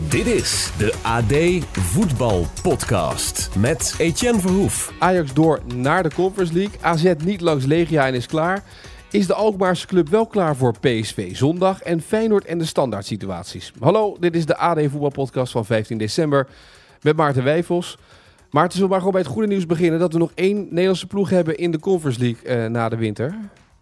Dit is de AD Voetbal Podcast met Etienne Verhoef. Ajax door naar de Conference League. AZ niet langs Legia en is klaar. Is de Alkmaarse club wel klaar voor PSV zondag en Feyenoord en de standaard situaties? Hallo, dit is de AD Voetbal Podcast van 15 december met Maarten Wijfels. Maarten, zullen we maar gewoon bij het goede nieuws beginnen dat we nog 1 Nederlandse ploeg hebben in de Conference League na de winter?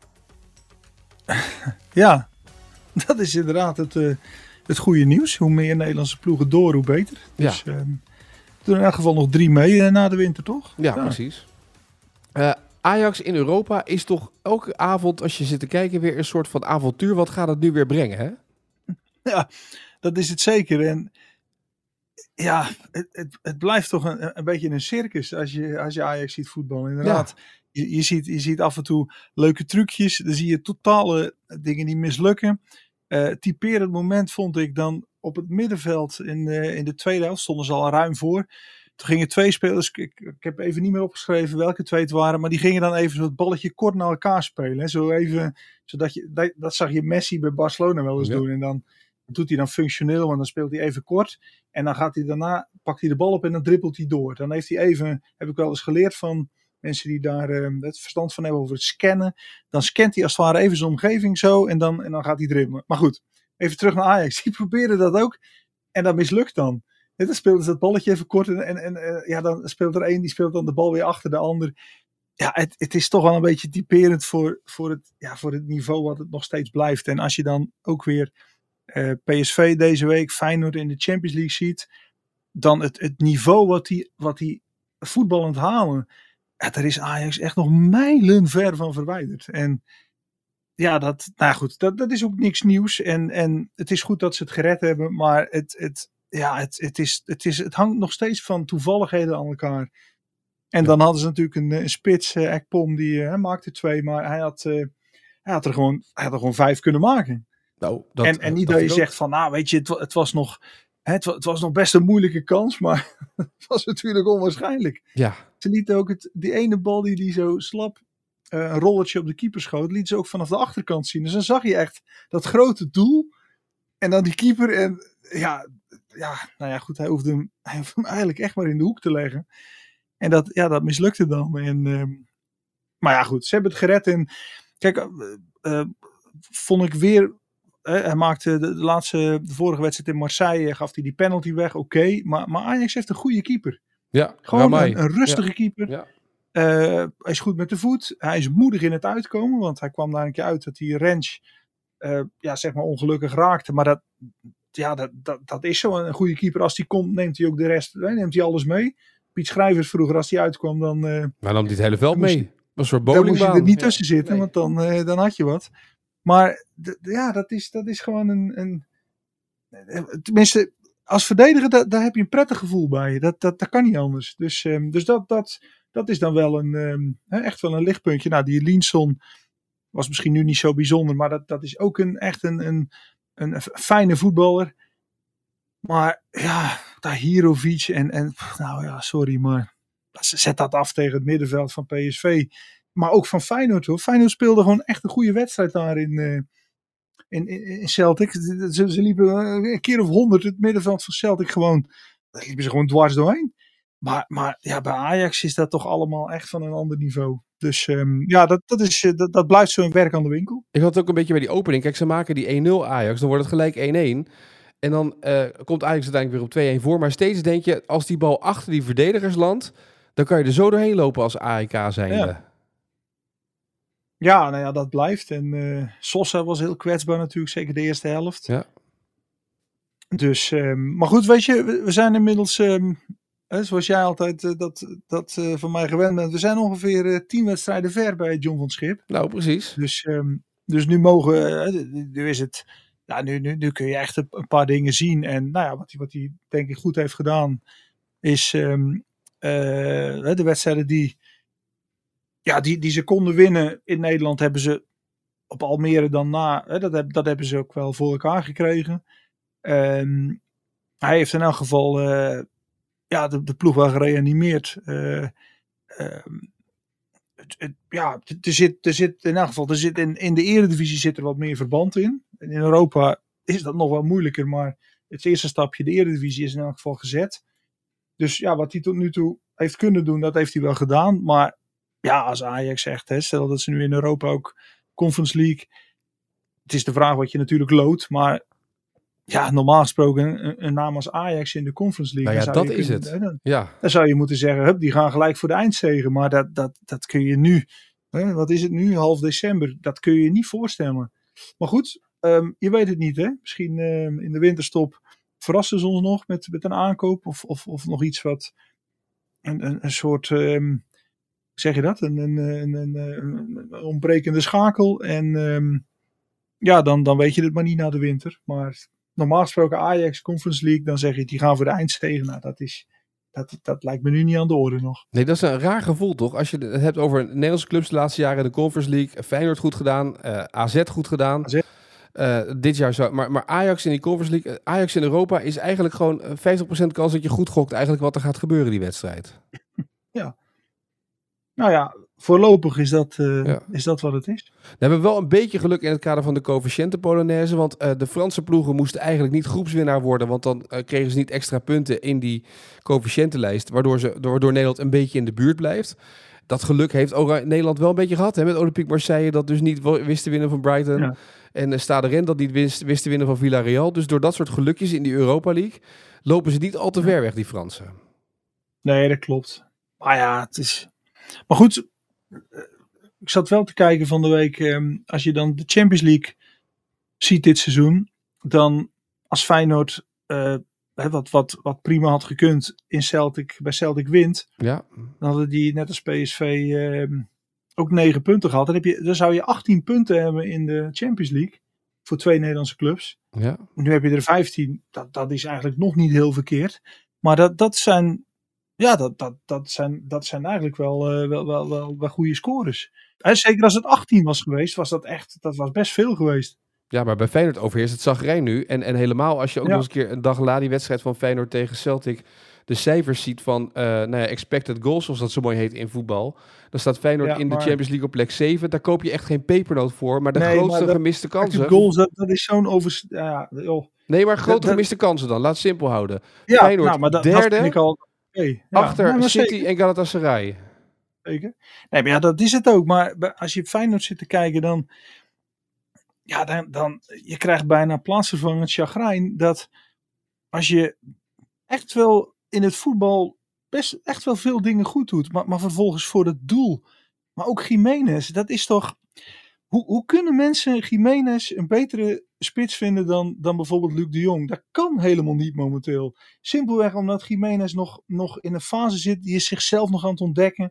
Ja, dat is inderdaad het goede nieuws. Hoe meer Nederlandse ploegen door, hoe beter. Dus doen in elk geval nog 3 mee na de winter, toch? Ja, precies. Ajax in Europa is toch elke avond, als je zit te kijken, weer een soort van avontuur. Wat gaat het nu weer brengen, hè? Ja, dat is het zeker. En ja, het blijft toch een beetje een circus als je Ajax ziet voetballen. Inderdaad, ja. Je ziet af en toe leuke trucjes. Dan zie je totale dingen die mislukken. Typerend moment vond ik dan op het middenveld in de tweede helft. Stonden ze al ruim voor. Toen gingen 2 spelers, ik heb even niet meer opgeschreven welke 2 het waren, maar die gingen dan even het balletje kort naar elkaar spelen. Hè? Zo even, zodat dat zag je Messi bij Barcelona wel eens doen. En dan doet hij dan functioneel, want dan speelt hij even kort. En dan gaat hij daarna, pakt hij de bal op en dan dribbelt hij door. Dan heeft hij even, heb ik wel eens geleerd van mensen die daar het verstand van hebben over het scannen. Dan scant hij als het ware even zijn omgeving zo en dan gaat hij dribbelen. Maar goed, even terug naar Ajax. Die probeerden dat ook en dat mislukt dan. Dan speelden ze dat balletje even kort en dan speelt er één, die speelt dan de bal weer achter de ander. Ja, het is toch wel een beetje typerend voor het niveau wat het nog steeds blijft. En als je dan ook weer PSV deze week, Feyenoord in de Champions League ziet, dan het niveau wat die voetballend halen, daar is Ajax echt nog mijlenver van verwijderd. En ja, dat is ook niks nieuws. En het is goed dat ze het gered hebben, maar het hangt nog steeds van toevalligheden aan elkaar. En dan hadden ze natuurlijk een spits, Ekpom, die maakte 2, maar hij had er gewoon 5 kunnen maken. Nou, en niet dat je zegt van, nou weet je, het was nog best een moeilijke kans, maar het was natuurlijk onwaarschijnlijk. Ja. Ze lieten ook die ene bal die zo slap een rolletje op de keeper schoot, lieten ze ook vanaf de achterkant zien. Dus dan zag je echt dat grote doel en dan die keeper en goed, hij hoefde hem eigenlijk echt maar in de hoek te leggen. En dat mislukte dan. Maar ja, goed, ze hebben het gered. En kijk, vond ik weer, hij maakte de vorige wedstrijd in Marseille, gaf hij die penalty weg, oké. Maar Ajax heeft een goede keeper. Ja, gewoon een rustige keeper. Ja. Hij is goed met de voet. Hij is moedig in het uitkomen, want hij kwam daar een keer uit dat hij Rens zeg maar ongelukkig raakte. Maar dat is zo. Een goede keeper, als die komt, neemt hij ook de rest, neemt hij alles mee. Piet Schrijvers vroeger, als hij uitkwam, dan maar nam hij het hele veld mee. Was een soort bowlingbaan. Dan moest je er niet tussen zitten, want dan had je wat. Maar dat is gewoon een tenminste, als verdediger, daar heb je een prettig gevoel bij. Dat kan niet anders. Dus dat is dan wel echt wel een lichtpuntje. Nou, die Linson was misschien nu niet zo bijzonder, maar dat is ook echt een fijne voetballer. Maar ja, Tahirovic sorry, maar zet dat af tegen het middenveld van PSV. Maar ook van Feyenoord, hoor. Feyenoord speelde gewoon echt een goede wedstrijd daar in Celtic. Ze liepen een keer of 100 het middenveld van Celtic gewoon. Daar liepen ze gewoon dwars doorheen. Maar ja, bij Ajax is dat toch allemaal echt van een ander niveau. Dus dat blijft zo'n werk aan de winkel. Ik had het ook een beetje bij die opening. Kijk, ze maken die 1-0 Ajax, dan wordt het gelijk 1-1. En dan komt Ajax uiteindelijk weer op 2-1 voor. Maar steeds denk je, als die bal achter die verdedigers landt, dan kan je er zo doorheen lopen als AEK zijnde. Ja, dat blijft. En Sosa was heel kwetsbaar natuurlijk, zeker de eerste helft. Ja. Dus, maar goed, weet je, we zijn inmiddels, zoals jij altijd dat van mij gewend bent, we zijn ongeveer 10 wedstrijden ver bij John van Schip. Nou, precies. Dus nu nu is het, nu kun je echt een paar dingen zien. En nou ja, wat hij denk ik goed heeft gedaan, is de wedstrijden die ze konden winnen in Nederland, hebben ze op Almere dan dat hebben ze ook wel voor elkaar gekregen. Hij heeft in elk geval de ploeg wel gereanimeerd. Er zit in elk geval, in de Eredivisie zit er wat meer verband in. En in Europa is dat nog wel moeilijker, maar Het eerste stapje, de Eredivisie, is in elk geval gezet. Dus ja, wat hij tot nu toe heeft kunnen doen, dat heeft hij wel gedaan. Maar ja, als Ajax zegt, stel dat ze nu in Europa ook Conference League. Het is de vraag wat je natuurlijk loodt. Maar ja, normaal gesproken een naam als Ajax in de Conference League. Nou ja, dat is het. Dan zou je moeten zeggen, hup, die gaan gelijk voor de eindzege. Maar dat kun je nu, wat is het nu, half december. Dat kun je je niet voorstellen. Maar goed, je weet het niet, hè. Misschien in de winterstop verrassen ze ons nog met een aankoop. Of nog iets wat een soort, zeg je dat? Een ontbrekende schakel. En dan weet je het maar niet na de winter. Maar normaal gesproken Ajax, Conference League, dan zeg je die gaan voor de eindzege. Nou, dat lijkt me nu niet aan de orde nog. Nee, dat is een raar gevoel toch? Als je het hebt over Nederlandse clubs de laatste jaren in de Conference League. Feyenoord goed gedaan, AZ goed gedaan. Dit jaar zo. Maar Ajax in die Conference League, Ajax in Europa is eigenlijk gewoon 50% kans dat je goed gokt eigenlijk wat er gaat gebeuren die wedstrijd. Ja. Nou ja, voorlopig is dat wat het is. We hebben wel een beetje geluk in het kader van de coëfficiënten Polonaise. Want de Franse ploegen moesten eigenlijk niet groepswinnaar worden. Want dan kregen ze niet extra punten in die coëfficiëntenlijst. Waardoor Nederland een beetje in de buurt blijft. Dat geluk heeft Nederland wel een beetje gehad. Hè, met Olympique Marseille dat dus niet wist te winnen van Brighton. Ja. En Stade Rennes dat niet wist te winnen van Villarreal. Dus door dat soort gelukjes in die Europa League lopen ze niet al te ver weg, die Fransen. Nee, dat klopt. Maar ja, het is... Maar goed, ik zat wel te kijken van de week. Als je dan de Champions League ziet dit seizoen. Dan als Feyenoord wat prima had gekund bij Celtic wint. Ja. Dan hadden die net als PSV ook 9 punten gehad. Dan zou je 18 punten hebben in de Champions League. Voor 2 Nederlandse clubs. Ja. Nu heb je er 15. Dat is eigenlijk nog niet heel verkeerd. Maar dat zijn... Ja, dat zijn eigenlijk wel goede scores. Zeker als het 18 was geweest, dat was best veel geweest. Ja, maar bij Feyenoord overheerst het zagrijn nu. En helemaal als je ook nog eens een keer een dag na die wedstrijd van Feyenoord tegen Celtic de cijfers ziet van expected goals, zoals dat zo mooi heet in voetbal. Dan staat Feyenoord in de Champions League op plek 7. Daar koop je echt geen pepernoot voor. Maar de grootste gemiste kansen... Goals, dat is zo'n Nee, maar grote gemiste kansen dan. Laat het simpel houden. Ja, Feyenoord maar derde... Dat vind ik al... achter City en Galatasaray. Zeker. Nee, maar dat is het ook. Maar als je Feyenoord zit te kijken, dan je krijgt bijna plaatsvervangend chagrijn. Dat als je echt wel in het voetbal best echt wel veel dingen goed doet, maar vervolgens voor het doel. Maar ook Gimenez, dat is toch... Hoe kunnen mensen Gimenez een betere spits vinden dan bijvoorbeeld Luc de Jong? Dat kan helemaal niet momenteel. Simpelweg omdat Gimenez nog in een fase zit. Die is zichzelf nog aan het ontdekken.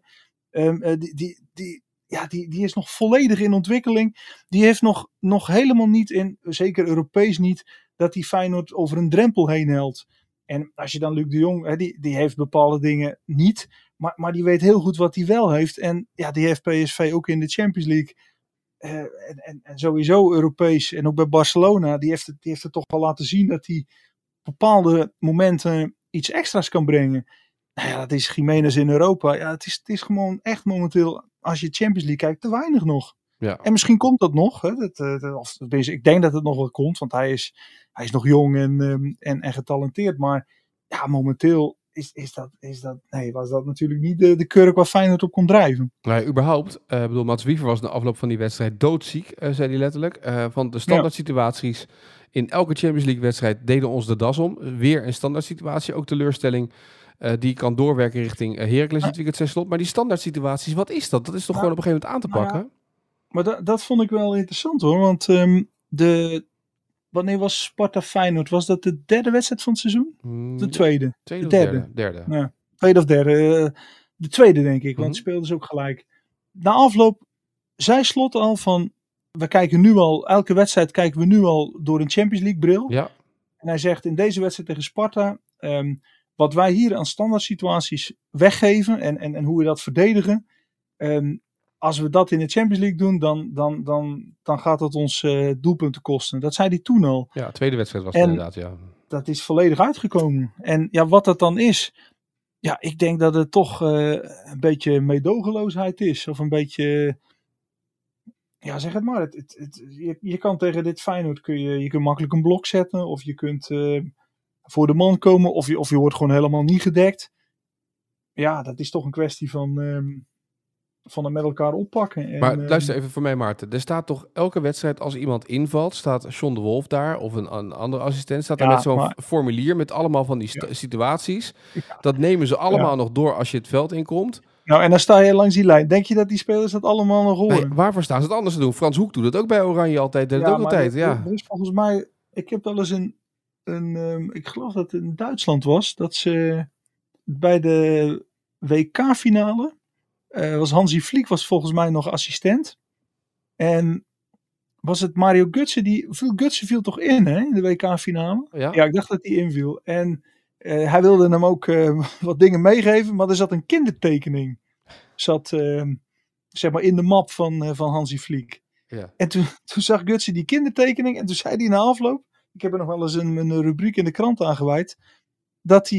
Die is nog volledig in ontwikkeling. Die heeft nog helemaal niet zeker Europees niet, dat die Feyenoord over een drempel heen helt. En als je dan Luc de Jong, die heeft bepaalde dingen niet. Maar die weet heel goed wat hij wel heeft. En ja, die heeft PSV ook in de Champions League... En sowieso Europees en ook bij Barcelona, die heeft het toch wel laten zien dat hij op bepaalde momenten iets extra's kan brengen. Nou ja, dat is Gimenez in Europa. Ja, het is gewoon echt momenteel, als je Champions League kijkt, te weinig nog. Ja. En misschien komt dat nog. Hè? Ik denk dat het nog wel komt, want hij is nog jong en getalenteerd. Maar ja, momenteel was dat natuurlijk niet de kurk waar Feyenoord op kon drijven. Nee, überhaupt. Mats Wiever was na afloop van die wedstrijd doodziek, zei hij letterlijk. Van de standaard situaties in elke Champions League wedstrijd deden ons de das om. Weer een standaard situatie, ook teleurstelling. Die kan doorwerken richting Heracles dit weekend 6 slot. Maar die standaard situaties, wat is dat? Dat is toch gewoon op een gegeven moment aan te pakken? Maar dat vond ik wel interessant hoor. Want wanneer was Sparta Feyenoord? Was dat de derde wedstrijd van het seizoen? De tweede? Tweede de derde. Ja, tweede of derde. De tweede denk ik, want speelden ze ook gelijk. Na afloop zei Slot al van, we kijken nu al, elke wedstrijd kijken we nu al door een Champions League bril. Ja. En hij zegt in deze wedstrijd tegen Sparta, wat wij hier aan standaard situaties weggeven en hoe we dat verdedigen, als we dat in de Champions League doen, dan gaat dat ons doelpunten kosten. Dat zei hij toen al. Ja, tweede wedstrijd was het inderdaad, ja. Dat is volledig uitgekomen. En ja, wat dat dan is, ja, ik denk dat het toch een beetje meedogenloosheid is. Of een beetje, ja, zeg het maar. Je kan tegen dit Feyenoord, je kunt makkelijk een blok zetten. Of je kunt voor de man komen. Of je wordt gewoon helemaal niet gedekt. Ja, dat is toch een kwestie van het met elkaar oppakken. En, Maar luister even voor mij, Maarten. Er staat toch elke wedstrijd als iemand invalt, staat John de Wolf daar of een andere assistent, staat daar met zo'n formulier met allemaal van die situaties. Ja. Dat nemen ze allemaal nog door als je het veld inkomt. Nou, en dan sta je langs die lijn. Denk je dat die spelers dat allemaal nog horen? Nee, waarvoor staan ze het anders te doen? Frans Hoek doet het ook bij Oranje altijd. Dat ook altijd. Er is volgens mij, ik heb wel eens ik geloof dat het in Duitsland was, dat ze bij de WK-finale was Hansi Flick was volgens mij nog assistent. En was het Mario Götze Götze viel toch in, hè, in de WK-finale? Ja, ik dacht dat hij inviel. En hij wilde hem ook wat dingen meegeven, maar er zat een kindertekening. Zeg maar in de map van Hansi Flick. Ja. En toen zag Götze die kindertekening en toen zei hij na afloop, ik heb er nog wel eens een rubriek in de krant aangeweid, dat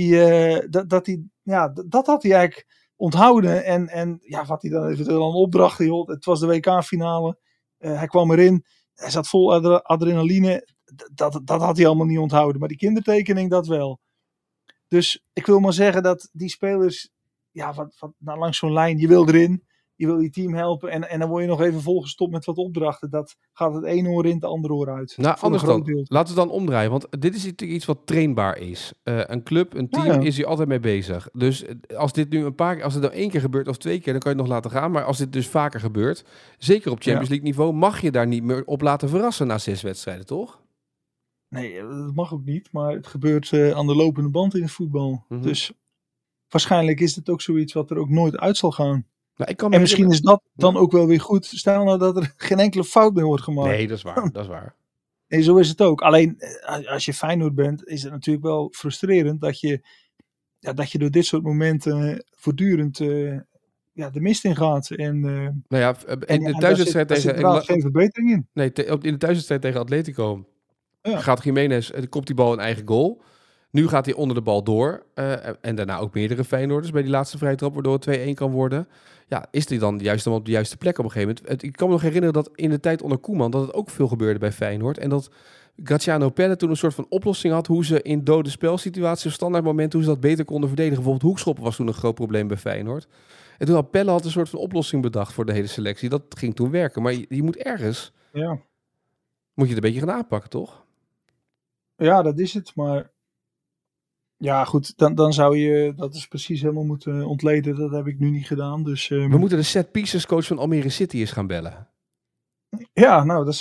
had hij eigenlijk onthouden. En wat hij dan eventueel aan opdracht hield. Het was de WK-finale. Hij kwam erin. Hij zat vol adrenaline. Dat had hij allemaal niet onthouden. Maar die kindertekening, dat wel. Dus ik wil maar zeggen dat die spelers, langs zo'n lijn, je wil erin. Je wil je team helpen. En dan word je nog even volgestopt met wat opdrachten. Dat gaat het ene oor in, het andere oor uit. Nou, anders dan. Laten we dan omdraaien. Want dit is natuurlijk iets wat trainbaar is. Een club, een team is hier altijd mee bezig. Dus als dit nu als het nou 1 keer gebeurt of 2 keer, dan kan je het nog laten gaan. Maar als dit dus vaker gebeurt, zeker op Champions League niveau, mag je daar niet meer op laten verrassen na 6 wedstrijden, toch? Nee, dat mag ook niet. Maar het gebeurt aan de lopende band in het voetbal. Mm-hmm. Dus waarschijnlijk is het ook zoiets wat er ook nooit uit zal gaan. Nou, en misschien is dat dan ook wel weer goed. Stel nou dat er geen enkele fout meer wordt gemaakt. Nee, dat is waar. Dat is waar. En zo is het ook. Alleen als je Feyenoord bent, is het natuurlijk wel frustrerend dat je door dit soort momenten voortdurend de mist in gaat. En in de thuiswedstrijd tegen geen verbetering in. Nee, in de thuiswedstrijd tegen Atletico gaat Jiménez, kopt die bal in eigen goal. Nu gaat hij onder de bal door. En daarna ook meerdere Feyenoorders bij die laatste vrije trap, waardoor het 2-1 kan worden. Ja, is hij dan juist op de juiste plek op een gegeven moment? Ik kan me nog herinneren dat in de tijd onder Koeman dat het ook veel gebeurde bij Feyenoord. En dat Graziano Pelle toen een soort van oplossing had hoe ze in dode spelsituaties of standaard momenten hoe ze dat beter konden verdedigen. Bijvoorbeeld hoekschoppen was toen een groot probleem bij Feyenoord. En toen had Pelle een soort van oplossing bedacht voor de hele selectie. Dat ging toen werken. Maar je moet ergens... Ja. Moet je het een beetje gaan aanpakken, toch? Ja, dat is het. Maar... Ja, goed, dan zou je dat is precies helemaal moeten ontleden. Dat heb ik nu niet gedaan. Dus, we moeten de set pieces coach van Almere City eens gaan bellen. Ja, nou, dat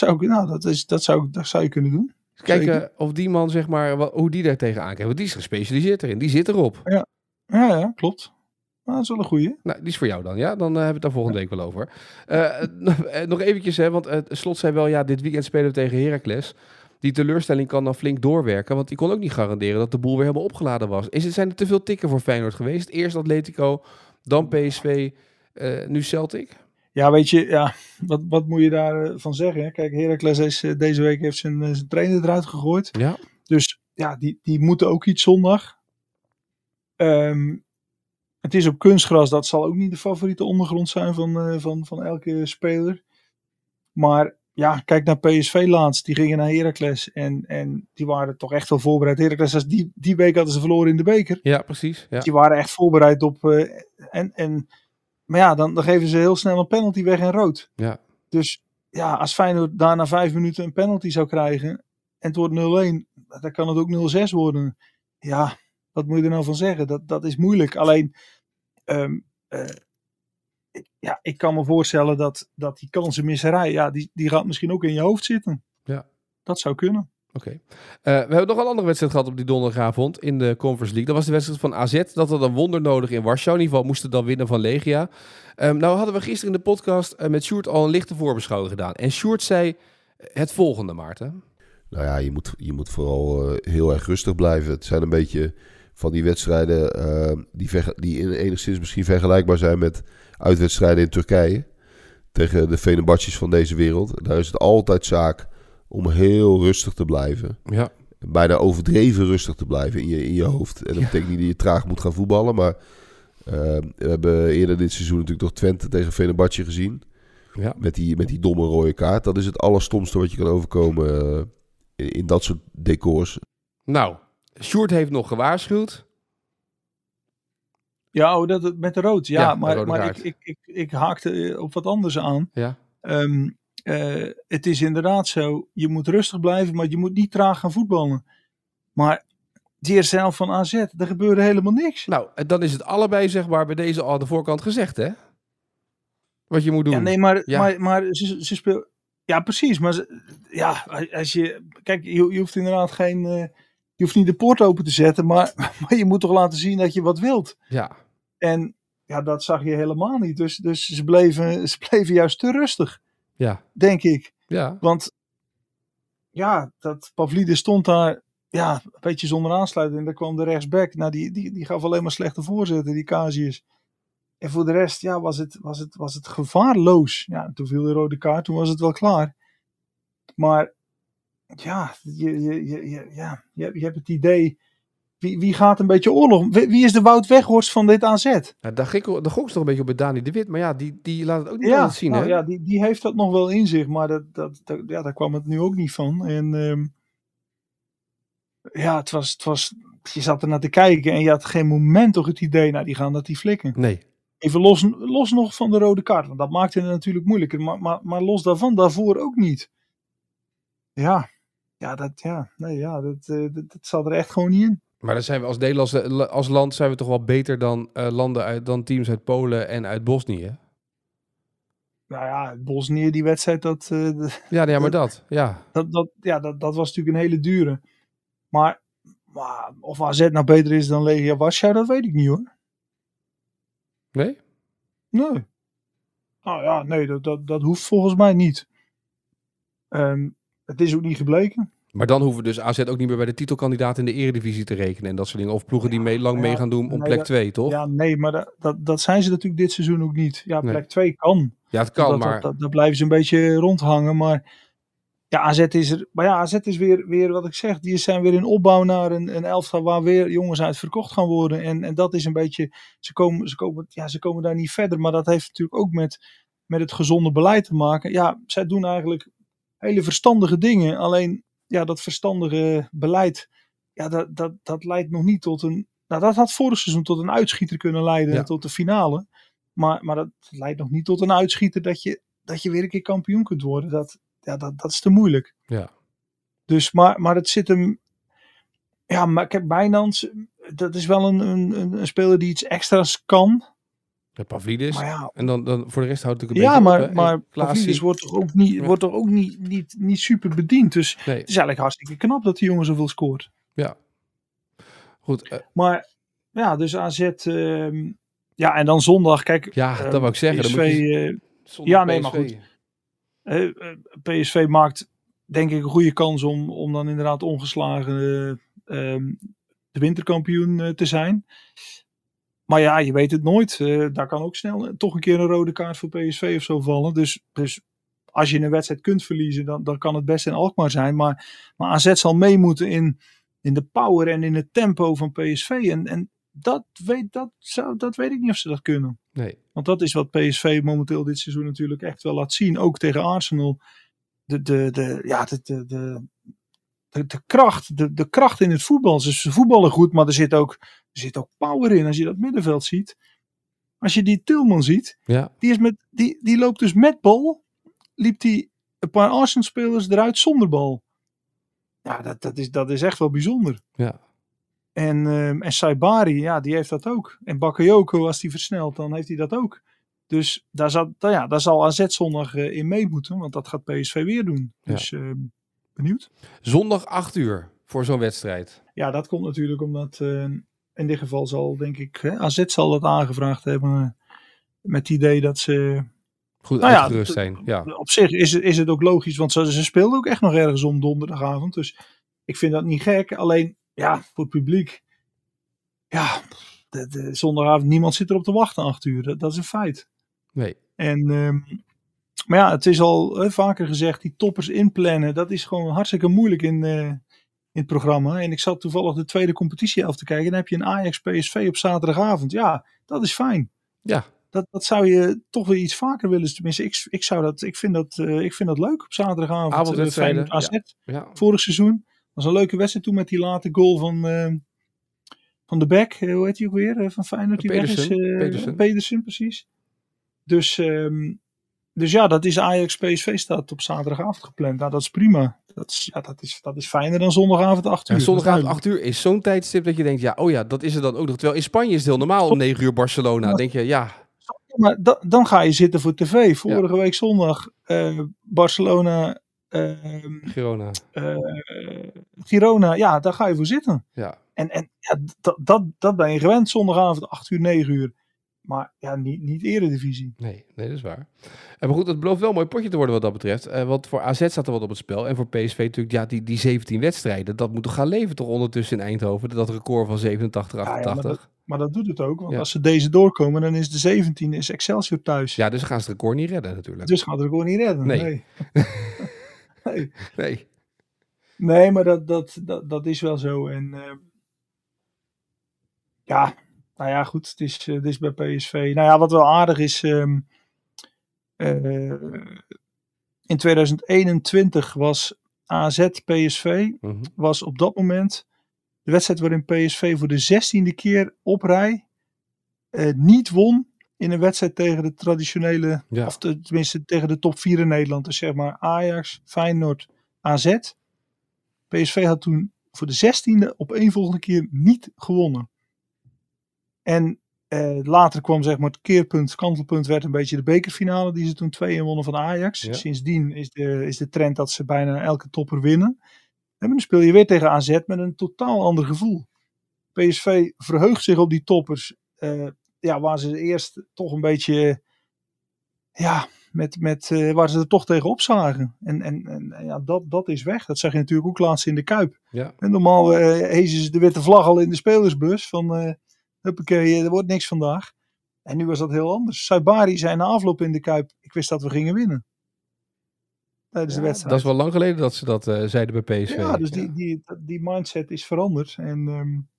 zou je kunnen doen. Kijken of die man, zeg maar, hoe die daar tegenaan kijkt. Want die is gespecialiseerd erin. Die zit erop. Ja, klopt. Nou, dat is wel een goeie. Nou, die is voor jou dan, ja? Dan hebben we het daar volgende week wel over. Nog eventjes, hè, want Slot zei wel, dit weekend spelen we tegen Heracles. Die teleurstelling kan dan flink doorwerken, want die kon ook niet garanderen dat de boel weer helemaal opgeladen was. Zijn er te veel tikken voor Feyenoord geweest? Eerst Atletico, dan PSV, nu Celtic? Ja, weet je, wat moet je daarvan zeggen? Kijk, Heracles deze week heeft zijn trainer eruit gegooid. Ja. Dus ja, die moeten ook iets zondag. Het is op kunstgras, dat zal ook niet de favoriete ondergrond zijn van elke speler. Maar... Ja, kijk naar PSV laatst. Die gingen naar Heracles en die waren toch echt wel voorbereid. Heracles, die week hadden ze verloren in de beker. Ja, precies. Ja. Die waren echt voorbereid op... Maar ja, dan geven ze heel snel een penalty weg en rood. Ja. Dus ja, als Feyenoord daar na 5 minuten een penalty zou krijgen en het wordt 0-1, dan kan het ook 0-6 worden. Ja, wat moet je er nou van zeggen? Dat is moeilijk. Alleen... ik kan me voorstellen dat die kansenmisserij, die gaat misschien ook in je hoofd zitten. Ja. Dat zou kunnen. Oké. We hebben nog een andere wedstrijd gehad op die donderdagavond in de Conference League. Dat was de wedstrijd van AZ. Dat had een wonder nodig in Warschau. In ieder geval moesten dan winnen van Legia. Nou hadden we gisteren in de podcast met Sjoerd al een lichte voorbeschouwing gedaan. En Sjoerd zei het volgende, Maarten. Nou ja, je moet vooral heel erg rustig blijven. Het zijn een beetje van die wedstrijden die enigszins misschien vergelijkbaar zijn met uitwedstrijden in Turkije. Tegen de Fenerbahçes van deze wereld. Daar is het altijd zaak om heel rustig te blijven. Ja. Bijna overdreven rustig te blijven in je hoofd. En dat betekent niet dat je traag moet gaan voetballen. Maar we hebben eerder dit seizoen natuurlijk toch Twente tegen Fenerbahçe gezien. Ja. Met die domme rode kaart. Dat is het allerstomste wat je kan overkomen in dat soort decors. Nou, Sjoerd heeft nog gewaarschuwd. Ja, met de rood. Ja, maar ik haakte op wat anders aan. Ja. Het is inderdaad zo, je moet rustig blijven, maar je moet niet traag gaan voetballen. Maar die eerste helft van AZ, er gebeurde helemaal niks. Nou, dan is het allebei zeg maar bij deze al aan de voorkant gezegd, hè? Wat je moet doen. Ja, nee, maar ze speelt... Ja, precies. Maar als je... Kijk, je hoeft inderdaad geen... je hoeft niet de poort open te zetten, maar je moet toch laten zien dat je wat wilt. Ja. En ja, dat zag je helemaal niet. Dus ze bleven juist te rustig. Ja. Denk ik. Ja. Want ja, dat Pavlidis stond daar een beetje zonder aansluiting. En daar kwam de rechtsback. Nou, die gaf alleen maar slechte voorzetten, die Casius. En voor de rest, ja, was het gevaarloos. Ja, toen viel de rode kaart, toen was het wel klaar. Maar ja, je hebt het idee, wie gaat een beetje oorlog? Wie is de Wout Weghorst van dit AZ? Ja, daar gok ze toch een beetje op bij Dani de Wit. Maar ja, die laat het ook niet altijd zien, hè? Ja, die heeft dat nog wel in zich. Maar daar kwam het nu ook niet van. En het was, je zat er naar te kijken en je had geen moment toch het idee, nou, die gaan dat die flikken. Nee. Even los nog van de rode kaart, want dat maakte het natuurlijk moeilijker. Maar los daarvoor ook niet. Dat zat er echt gewoon niet in. Maar dan zijn we als Nederland, als land zijn we toch wel beter dan dan teams uit Polen en uit Bosnië. Nou ja, Bosnië, die wedstrijd, dat was natuurlijk een hele dure. Maar of AZ nou beter is dan Legia Warschau, dat weet ik niet, hoor. Nee? Nee. Nou ja, nee, dat hoeft volgens mij niet. Het is ook niet gebleken. Maar dan hoeven we dus AZ ook niet meer bij de titelkandidaat in de Eredivisie te rekenen en dat soort dingen. Of ploegen die mee gaan doen om plek 2, toch? Ja, nee, maar dat zijn ze natuurlijk dit seizoen ook niet. Ja, plek 2 kan. Ja, het kan, maar... Daar blijven ze een beetje rondhangen, maar... Ja, AZ is er. Maar ja, AZ is weer wat ik zeg. Die zijn weer in opbouw naar een elftal waar weer jongens uit verkocht gaan worden. En dat is een beetje. Ze komen daar niet verder. Maar dat heeft natuurlijk ook met het gezonde beleid te maken. Ja, zij doen eigenlijk hele verstandige dingen. Alleen, ja, dat verstandige beleid. Ja, dat leidt nog niet tot een. Nou, dat had vorig seizoen tot een uitschieter kunnen leiden. Tot de finale. Maar dat leidt nog niet tot een uitschieter dat je weer een keer kampioen kunt worden. Dat is te moeilijk. Ja. Dus, maar het zit hem... Ja, maar kijk, Wijnands, dat is wel een speler die iets extra's kan. Ja, Pavlidis. Maar ja, en dan voor de rest houdt het een beetje op. Maar Pavlidis wordt toch ook niet super bediend. Dus het is eigenlijk hartstikke knap dat die jongen zoveel scoort. Ja. Goed. Maar ja, dus AZ... en dan zondag, kijk... Ja, dat wou ik zeggen. PSV, dan moet je, maar goed. PSV maakt denk ik een goede kans om dan inderdaad ongeslagen de winterkampioen te zijn. Maar ja, je weet het nooit. Daar kan ook snel toch een keer een rode kaart voor PSV of zo vallen. Dus als je een wedstrijd kunt verliezen, dan kan het best in Alkmaar zijn. Maar AZ zal mee moeten in de power en in het tempo van PSV. En dat weet ik niet of ze dat kunnen. Nee. Want dat is wat PSV momenteel dit seizoen natuurlijk echt wel laat zien. Ook tegen Arsenal. De kracht in het voetbal. Ze voetballen goed, maar er zit ook power in. Als je dat middenveld ziet. Als je die Tillman ziet. Ja. Die loopt dus met bal. Liep die een paar Arsenal-spelers eruit zonder bal. Ja, dat is echt wel bijzonder. Ja. En Saibari, ja, die heeft dat ook. En Bakayoko, als die versnelt, dan heeft hij dat ook. Dus daar zal AZ zondag in mee moeten. Want dat gaat PSV weer doen. Dus benieuwd. Zondag 8 uur voor zo'n wedstrijd. Ja, dat komt natuurlijk omdat in dit geval zal, denk ik, AZ zal dat aangevraagd hebben. Met het idee dat ze... Goed uitgerust zijn. Ja. Op zich is het ook logisch. Want ze speelden ook echt nog ergens om donderdagavond. Dus ik vind dat niet gek. Alleen... Ja, voor het publiek. Ja, de zondagavond, niemand zit erop te wachten 8 uur. Dat is een feit. Nee. En, maar ja, het is al vaker gezegd, die toppers inplannen, dat is gewoon hartstikke moeilijk in het programma. En ik zat toevallig de tweede competitie af te kijken. En dan heb je een Ajax PSV op zaterdagavond. Ja, dat is fijn. Ja. Dat zou je toch weer iets vaker willen. Tenminste, ik vind dat leuk op zaterdagavond. Avondwedstrijden. AZ, vorig seizoen. was een leuke wedstrijd toen met die late goal van de back. Hoe heet hij ook weer? Van Feyenoord. Die Pedersen, precies. Dus ja, dat is Ajax PSV staat op zaterdagavond gepland. Nou, dat is prima. Dat is fijner dan zondagavond 8 uur. Ja, zondagavond 8 uur is zo'n tijdstip dat je denkt, dat is er dan ook nog. Terwijl in Spanje is het heel normaal om 9 uur Barcelona. Dan denk je, ja. Maar dan ga je zitten voor tv. Vorige week zondag Barcelona... Girona, ja, daar ga je voor zitten. Ja. En dat ben je gewend, zondagavond 8 uur, 9 uur. Maar ja, niet eredivisie. Nee, dat is waar. Maar goed, het belooft wel een mooi potje te worden wat dat betreft. Want voor AZ staat er wat op het spel. En voor PSV natuurlijk, ja, die 17 wedstrijden. Dat moet toch gaan leven toch ondertussen in Eindhoven. Dat record van 87, 88. Ja, maar dat doet het ook. Want als ze deze doorkomen, dan is de 17 is Excelsior thuis. Ja, dus gaan ze het record niet redden natuurlijk. Dus gaan ze het record niet redden. Nee. Nee, maar dat is wel zo. En ja, nou ja, goed. Het is bij PSV. Nou ja, wat wel aardig is. In 2021 was AZ PSV. Was op dat moment de wedstrijd waarin PSV voor de 16e keer op rij niet won. In een wedstrijd tegen de traditionele, of tenminste tegen de top 4 in Nederland. Dus zeg maar Ajax, Feyenoord, AZ. PSV had toen voor de 16e op één volgende keer niet gewonnen. En later kwam zeg maar het keerpunt, kantelpunt werd een beetje de bekerfinale. Die ze toen 2-1 wonnen van Ajax. Ja. Sindsdien is de trend dat ze bijna elke topper winnen. En dan speel je weer tegen AZ met een totaal ander gevoel. PSV verheugt zich op die toppers. Waar ze eerst toch een beetje waar ze er toch tegen opzagen. En dat is weg. Dat zag je natuurlijk ook laatst in de Kuip. Ja. En normaal hezen ze de witte vlag al in de spelersbus. Van huppakee, er wordt niks vandaag. En nu was dat heel anders. Saibari zei na afloop in de Kuip, ik wist dat we gingen winnen. Tijdens de wedstrijd. Dat is wel lang geleden dat ze dat zeiden bij PSV. Ja, dus die mindset is veranderd. En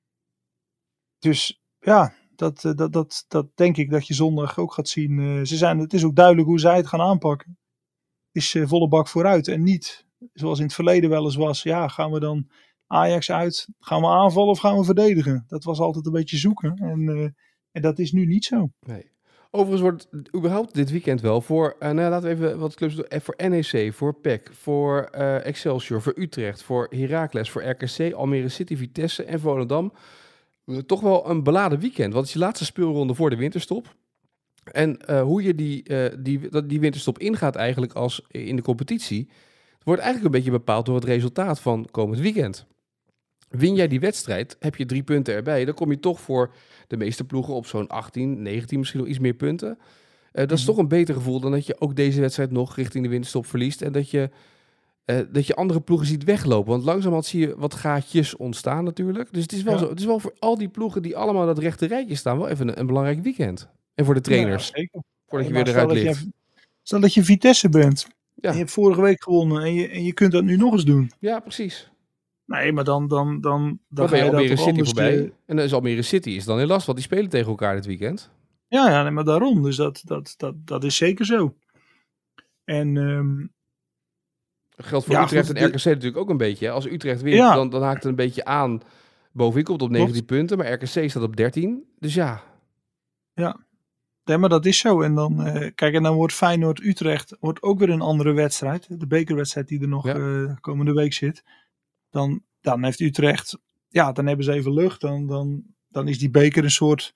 dus ja, dat denk ik dat je zondag ook gaat zien. Het is ook duidelijk hoe zij het gaan aanpakken. Het is volle bak vooruit. En niet zoals in het verleden wel eens was. Ja, gaan we dan Ajax uit? Gaan we aanvallen of gaan we verdedigen? Dat was altijd een beetje zoeken. En dat is nu niet zo. Nee. Overigens wordt überhaupt dit weekend wel voor, laten we even wat clubs doen. Voor NEC, voor PEC, voor Excelsior, voor Utrecht, voor Heracles, voor RKC, Almere City, Vitesse en Volendam. Toch wel een beladen weekend. Want het is je laatste speelronde voor de winterstop. En hoe je die winterstop ingaat eigenlijk als in de competitie, wordt eigenlijk een beetje bepaald door het resultaat van komend weekend. Win jij die wedstrijd, heb je 3 punten erbij. Dan kom je toch voor de meeste ploegen op zo'n 18, 19, misschien nog iets meer punten. Dat is toch een beter gevoel dan dat je ook deze wedstrijd nog richting de winterstop verliest. En dat je andere ploegen ziet weglopen. Want langzamerhand zie je wat gaatjes ontstaan natuurlijk. Dus het is wel zo. Het is wel voor al die ploegen die allemaal dat rechte rijtje staan wel even een belangrijk weekend. En voor de trainers. Ja, zeker. Voordat je weer eruit ligt. Stel dat je Vitesse bent. Ja. En je hebt vorige week gewonnen. En je kunt dat nu nog eens doen. Ja, precies. Nee, maar dan ben je Almere City voorbij. En dan is Almere City is dan heel lastig. Want die spelen tegen elkaar dit weekend. Ja, maar daarom. Dus dat is zeker zo. En geldt voor Utrecht en RKC natuurlijk ook een beetje. Hè? Als Utrecht wint, dan haakt het een beetje aan. Bovenin komt op 19 punten, maar RKC staat op 13. Dus ja. Ja, nee, maar dat is zo. En dan, kijk, en dan wordt Feyenoord-Utrecht ook weer een andere wedstrijd. De bekerwedstrijd die er nog komende week zit. Dan heeft Utrecht, dan hebben ze even lucht. Dan is die beker een soort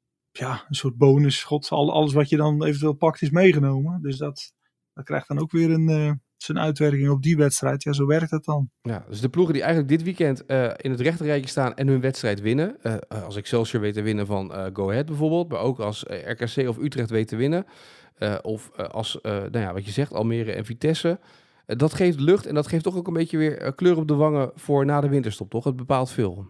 bonus. God, alles wat je dan eventueel pakt is meegenomen. Dus dat krijgt dan ook weer zijn uitwerking op die wedstrijd. Ja, zo werkt het dan. Ja, dus de ploegen die eigenlijk dit weekend in het rechterrijtje staan en hun wedstrijd winnen. Als Excelsior weet te winnen van Go Ahead bijvoorbeeld. Maar ook als RKC of Utrecht weet te winnen. Of als, wat je zegt, Almere en Vitesse. Dat geeft lucht en dat geeft toch ook een beetje weer kleur op de wangen voor na de winterstop, toch? Het bepaalt veel.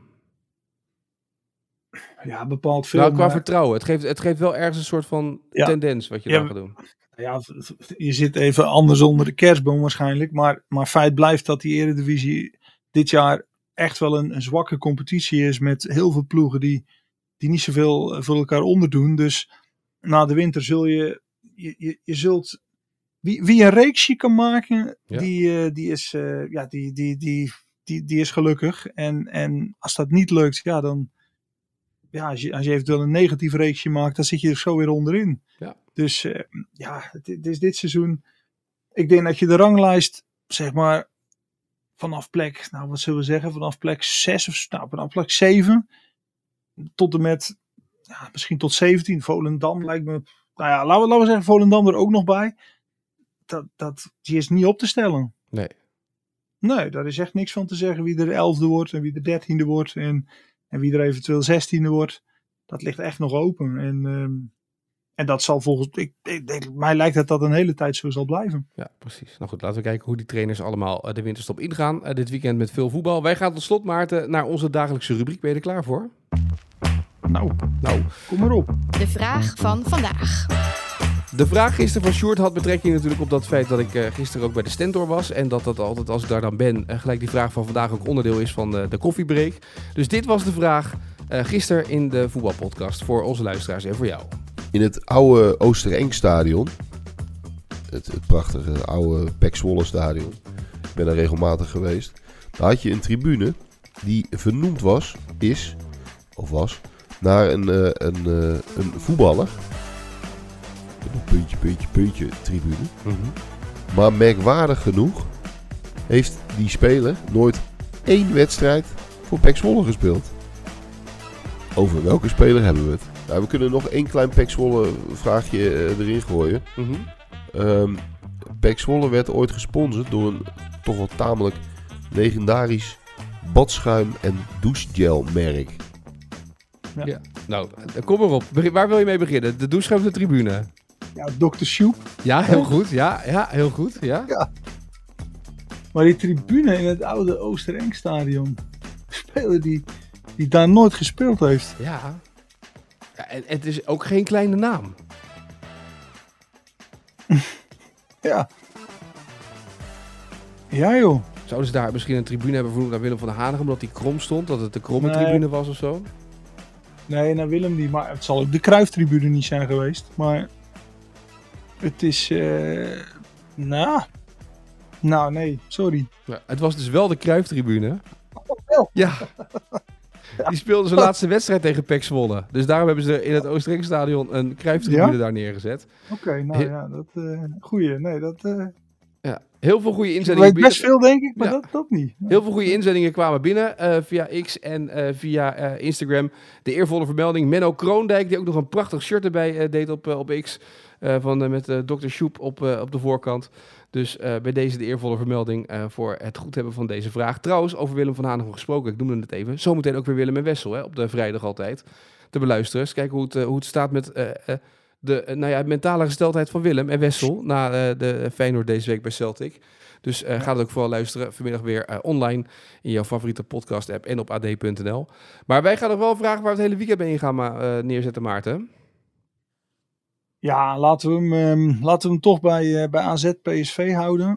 Ja, bepaalt veel. Nou, qua vertrouwen. Het geeft wel ergens een soort van tendens wat je daar gaat doen. Ja, je zit even anders onder de kerstboom waarschijnlijk. Maar feit blijft dat die Eredivisie dit jaar echt wel een zwakke competitie is. Met heel veel ploegen die niet zoveel voor elkaar onderdoen. Dus na de winter zul je zult... Wie een reeksje kan maken, die die is gelukkig. En als dat niet lukt, ja, dan... Ja, als je eventueel een negatief reeksje maakt, dan zit je er zo weer onderin. Ja. Dus het is dit seizoen... Ik denk dat je de ranglijst, zeg maar, vanaf plek... Nou, wat zullen we zeggen? Vanaf plek 6 of vanaf plek 7... tot en met... Ja, misschien tot 17. Volendam lijkt me... Nou ja, laten we zeggen Volendam er ook nog bij. Die is niet op te stellen. Nee, daar is echt niks van te zeggen wie er 11e wordt en wie de 13e wordt en wie er eventueel 16e wordt. Dat ligt echt nog open. En dat zal volgens mij lijkt het dat een hele tijd zo zal blijven. Ja, precies. Nou goed, laten we kijken hoe die trainers allemaal de winterstop ingaan. Dit weekend met veel voetbal. Wij gaan tot slot, Maarten, naar onze dagelijkse rubriek. Ben je er klaar voor? Nou, kom maar op. De vraag van vandaag. De vraag gisteren van Sjoerd had betrekking natuurlijk op dat feit dat ik gisteren ook bij de Stentor was. En dat altijd als ik daar dan ben, gelijk die vraag van vandaag ook onderdeel is van de koffiebreak. Dus dit was de vraag gisteren in de voetbalpodcast voor onze luisteraars en voor jou. In het oude Oosterengstadion, het prachtige oude Pek Zwolle stadion, ik ben daar regelmatig geweest, daar had je een tribune die vernoemd was, naar een voetballer. Een puntje tribune. Mm-hmm. Maar merkwaardig genoeg heeft die speler nooit 1 wedstrijd voor Pek Zwolle gespeeld. Over welke speler hebben we het? Nou, we kunnen nog 1 klein Pek Zwolle vraagje erin gooien. Mm-hmm. Pek Zwolle werd ooit gesponsord door een toch wel tamelijk legendarisch badschuim- en douchegel merk. Ja. Nou, kom maar op. Waar wil je mee beginnen? De douche of de tribune? Ja, Dr. Sjoep. Ja, heel goed. Ja, heel goed. Ja. Maar die tribune in het oude Oosterengstadion, speler die daar nooit gespeeld heeft. Ja. En het is ook geen kleine naam. Ja. Ja, joh. Zouden ze daar misschien een tribune hebben vernoemd naar Willem van Hanegem, omdat die krom stond? Dat het de kromme tribune was of zo? Nee, naar Willem niet. Maar het zal ook de Cruijff-tribune niet zijn geweest. Maar het is... nee, sorry. Ja, het was dus wel de Cruijff-tribune. Oh, wel. Ja. Die speelden zijn laatste wedstrijd tegen Pek Zwolle. Dus daarom hebben ze in het Oosterengstadion een Cruijff-tribune daar neergezet. Oké, goeie. Nee, dat... Ja, heel veel goede inzendingen. Ik weet best veel, denk ik, maar dat niet. Heel veel goede inzendingen kwamen binnen via X en via Instagram. De eervolle vermelding Menno Kroondijk, die ook nog een prachtig shirt erbij deed op X. Met Dr. Sjoep op de voorkant. Dus bij deze de eervolle vermelding voor het goed hebben van deze vraag. Trouwens, over Willem van Hanegem gesproken, ik noemde het even. Zometeen ook weer Willem en Wessel, op de vrijdag altijd. Te beluisteren. Dus kijken hoe het staat met... de mentale gesteldheid van Willem en Wessel na de Feyenoord deze week bij Celtic. Dus ga het ook vooral luisteren. Vanmiddag weer online in jouw favoriete podcast app en op ad.nl. Maar wij gaan nog wel vragen waar we het hele weekend mee in gaan neerzetten, Maarten. Ja, laten we hem toch bij AZ PSV houden.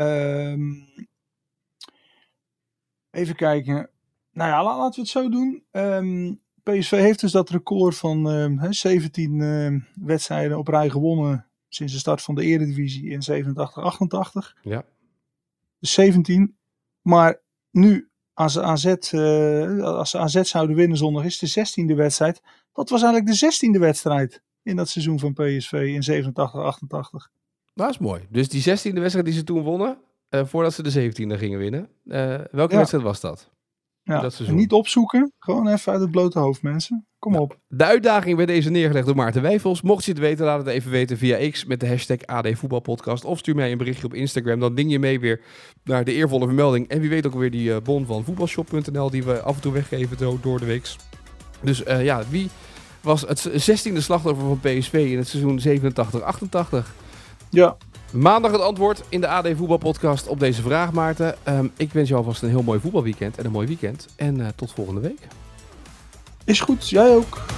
Even kijken. Nou ja, laten we het zo doen. PSV heeft dus dat record van 17 wedstrijden op rij gewonnen sinds de start van de Eredivisie in 87-88. Ja. Dus 17. Maar nu, als ze AZ zouden winnen zondag, is de 16e wedstrijd. Dat was eigenlijk de 16e wedstrijd in dat seizoen van PSV in 87-88. Dat is mooi. Dus die 16e wedstrijd die ze toen wonnen, voordat ze de 17e gingen winnen. Welke wedstrijd was dat? Ja, niet opzoeken. Gewoon even uit het blote hoofd, mensen. Kom op. De uitdaging werd deze neergelegd door Maarten Wijfels. Mocht je het weten, laat het even weten via X met de hashtag AD Voetbalpodcast. Of stuur mij een berichtje op Instagram. Dan ding je mee weer naar de eervolle vermelding. En wie weet ook weer die bon van voetbalshop.nl die we af en toe weggeven door de week. Dus wie was het 16e slachtoffer van PSV in het seizoen 87-88? Ja. Maandag het antwoord in de AD Voetbalpodcast op deze vraag, Maarten. Ik wens jou alvast een heel mooi voetbalweekend en een mooi weekend. En tot volgende week. Is goed, jij ook.